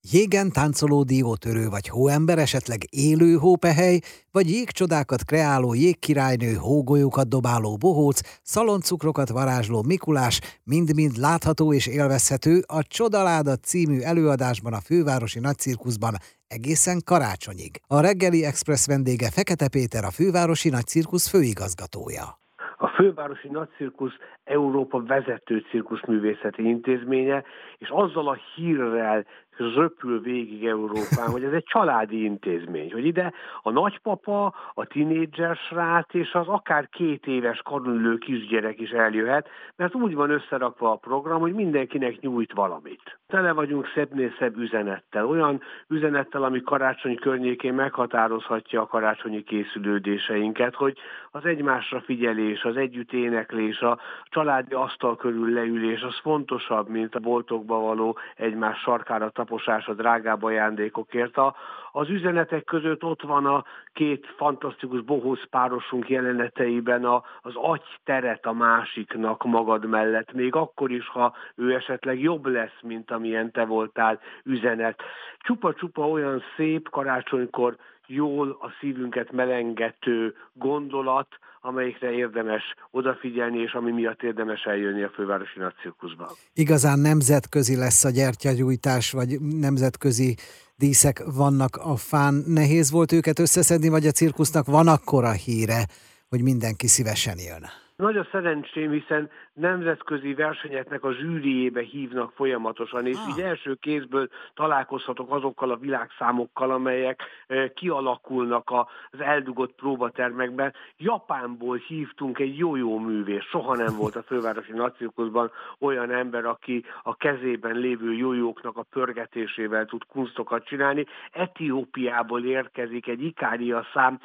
Jégen táncoló diótörő vagy hóember, esetleg élő hópehely, vagy jégcsodákat kreáló jégkirálynő, hógolyókat dobáló bohóc, szaloncukrokat varázsló Mikulás, mind-mind látható és élvezhető a Csodaláda című előadásban a Fővárosi Nagycirkuszban egészen karácsonyig. A Reggeli Express vendége Fekete Péter, a Fővárosi Nagycirkusz főigazgatója. A Fővárosi Nagycirkusz Európa vezető cirkuszművészeti intézménye, és azzal a hírrel röpül végig Európán, hogy ez egy családi intézmény, hogy ide a nagypapa, a tinédzser srác és az akár 2 éves karunülő kisgyerek is eljöhet, mert úgy van összerakva a program, hogy mindenkinek nyújt valamit. Tele vagyunk szebbnél szebb üzenettel, olyan üzenettel, ami karácsony környékén meghatározhatja a karácsonyi készülődéseinket, hogy az egymásra figyelés, az együtt éneklés, a családi asztal körül leülés, az fontosabb, mint a boltokba való egymás sarkára taposás a drágább ajándékokért. Az üzenetek között ott van a 2 fantasztikus bohóc párosunk jeleneteiben az adj teret a másiknak magad mellett, még akkor is, ha ő esetleg jobb lesz, mint amilyen te voltál üzenet. Csupa-csupa olyan szép karácsonykor jól a szívünket melengető gondolat, amelyikre érdemes odafigyelni, és ami miatt érdemes eljönni a Fővárosi Nagycirkuszba. Igazán nemzetközi lesz a gyertyagyújtás, vagy nemzetközi díszek vannak a fán. Nehéz volt őket összeszedni, vagy a cirkusznak van akkora híre, hogy mindenki szívesen jön? Nagy a szerencsém, hiszen nemzetközi versenyeknek a zsűriébe hívnak folyamatosan, és így első kézből találkozhatok azokkal a világszámokkal, amelyek kialakulnak az eldugott próbatermekben. Japánból hívtunk egy jó művés, soha nem volt a Fővárosi Nagycirkuszban olyan ember, aki a kezében lévő jójóknak a pörgetésével tud kunstokat csinálni. Etiópiából érkezik egy Ikária szám,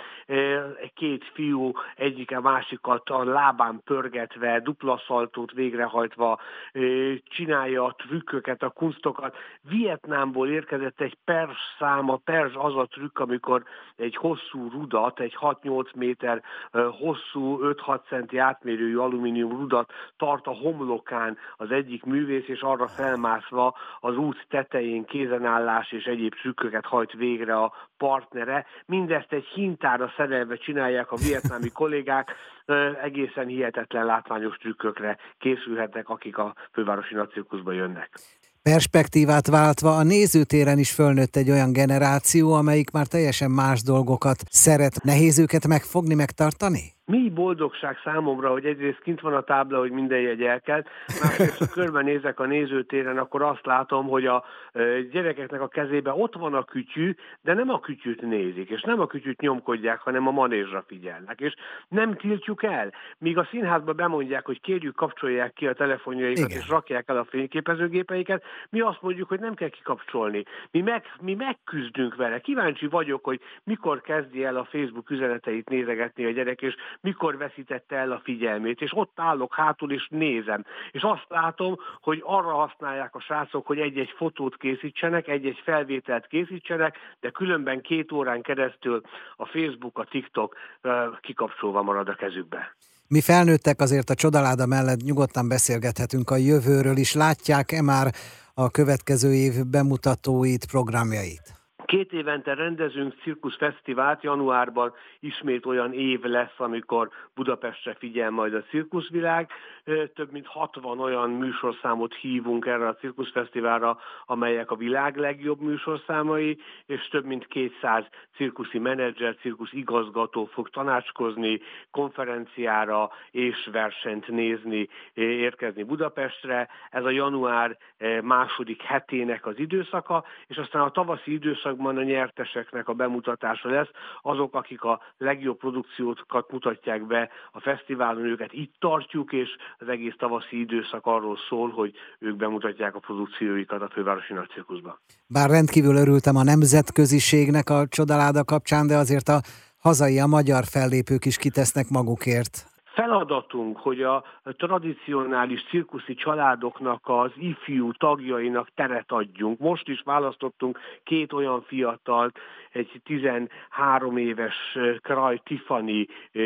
2 fiú egyik a másikat a lábán pörgetve, dupla szaltót végrehajtva csinálja a trükköket, a kunstokat. Vietnámból érkezett egy perzs szám, a perzs az a trükk, amikor egy hosszú rudat, egy 6-8 méter hosszú, 5-6 centi átmérőjű alumínium rudat tart a homlokán az egyik művész, és arra felmászva az út tetején kézenállás és egyéb trükköket hajt végre a partnere. Mindezt egy hintára szerelve csinálják a vietnámi kollégák, egészen hihetetlen látványos trükkökre készülhetnek, akik a Fővárosi Nagycirkuszba jönnek. Perspektívát váltva a nézőtéren is fölnőtt egy olyan generáció, amelyik már teljesen más dolgokat szeret. Nehéz őket megfogni, megtartani? Mi boldogság számomra, hogy egyrészt kint van a tábla, hogy minden jegy elkelt, másrészt, ha körbenézek a nézőtéren, akkor azt látom, hogy a gyerekeknek a kezében ott van a kütyű, de nem a kütyűt nézik, és nem a kütyűt nyomkodják, hanem a manézsra figyelnek, és nem tiltjuk el. Míg a színházba bemondják, hogy kérjük, kapcsolják ki a telefonjaikat, és rakják el a fényképezőgépeiket, mi azt mondjuk, hogy nem kell kikapcsolni. Mi megküzdünk vele. Kíváncsi vagyok, hogy mikor kezdi el a Facebook üzeneteit nézegetni a gyerek, és mikor veszítette el a figyelmét, és ott állok hátul, és nézem. És azt látom, hogy arra használják a srácok, hogy egy-egy fotót készítsenek, egy-egy felvételt készítsenek, de különben 2 órán keresztül a Facebook, a TikTok kikapcsolva marad a kezükbe. Mi felnőttek azért a Csodaláda mellett nyugodtan beszélgethetünk a jövőről is. Látják-e már a következő év bemutatóit, programjait? 2 évente rendezünk cirkuszfesztivált, januárban ismét olyan év lesz, amikor Budapestre figyel majd a cirkuszvilág. Több mint 60 olyan műsorszámot hívunk erre a cirkuszfesztiválra, amelyek a világ legjobb műsorszámai, és több mint 200 cirkuszi menedzser, cirkuszigazgató fog tanácskozni, konferenciára és versenyt nézni, érkezni Budapestre. Ez a január második hetének az időszaka, és aztán a tavaszi időszakban a nyerteseknek a bemutatása lesz. Azok, akik a legjobb produkciókat mutatják be a fesztiválon, őket itt tartjuk, és az egész tavaszi időszak arról szól, hogy ők bemutatják a produkcióikat a Fővárosi Nagycirkuszban. Bár rendkívül örültem a nemzetköziségnek a Csodaláda kapcsán, de azért a hazai, a magyar fellépők is kitesznek magukért. feladatunk, hogy a tradicionális cirkuszi családoknak, az ifjú tagjainak teret adjunk. Most is választottunk 2 olyan fiatalt, egy 13 éves Kraj Tiffany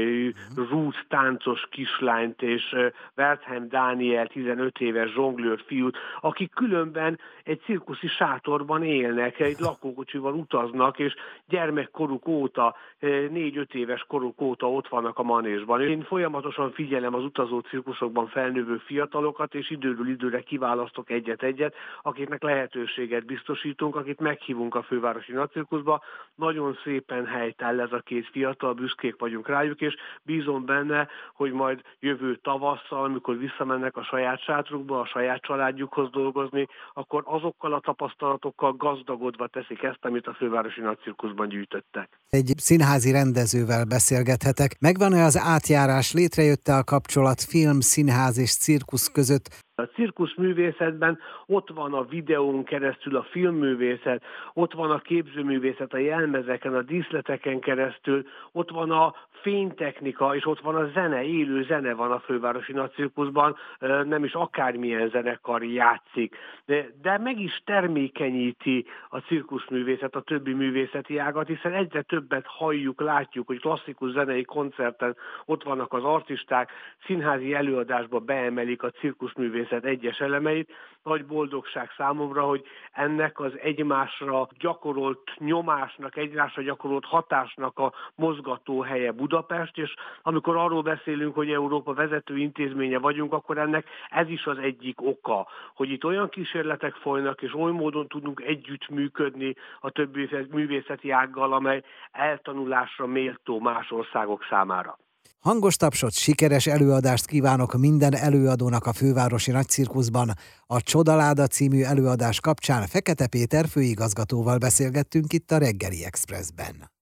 roots táncos kislányt és Wertheim Dániel 15 éves zsonglőr fiút, akik különben egy cirkuszi sátorban élnek, egy lakókocsival utaznak, és gyermekkoruk óta, 4-5 éves koruk óta ott vannak a manésban. Én folyamatosan figyelem az utazó cirkuszokban felnövő fiatalokat, és időről időre kiválasztok egyet-egyet, akiknek lehetőséget biztosítunk, akit meghívunk a Fővárosi Nagycirkuszba. Nagyon szépen helytáll ez a 2 fiatal, büszkék vagyunk rájuk, és bízom benne, hogy majd jövő tavasszal, amikor visszamennek a saját sátrukba, a saját családjukhoz dolgozni, akkor azokkal a tapasztalatokkal gazdagodva teszik ezt, amit a Fővárosi Nagycirkuszban gyűjtöttek. Egy színházi rendezővel beszélgethetek. Megvan-e az átjárás, létrejött-e a kapcsolat film, színház és cirkusz között? A cirkuszművészetben ott van a videón keresztül a filmművészet, ott van a képzőművészet a jelmezeken, a díszleteken keresztül, ott van a fénytechnika, és ott van a zene, élő zene van a Fővárosi Nagycirkuszban, nem is akármilyen zenekar játszik. De meg is termékenyíti a cirkuszművészet a többi művészeti ágat, hiszen egyre többet halljuk, látjuk, hogy klasszikus zenei koncerten ott vannak az artisták, színházi előadásba beemelik a cirkuszművészet egyes elemeit. Nagy boldogság számomra, hogy ennek az egymásra gyakorolt nyomásnak, egymásra gyakorolt hatásnak a mozgató helye Budapest, és amikor arról beszélünk, hogy Európa vezető intézménye vagyunk, akkor ennek ez is az egyik oka, hogy itt olyan kísérletek folynak, és oly módon tudunk együttműködni a többi művészeti ággal, amely eltanulásra méltó más országok számára. Hangos tapsot, sikeres előadást kívánok minden előadónak a Fővárosi Nagycirkuszban. A Csodaláda című előadás kapcsán Fekete Péter főigazgatóval beszélgettünk itt a Reggeli Expressben.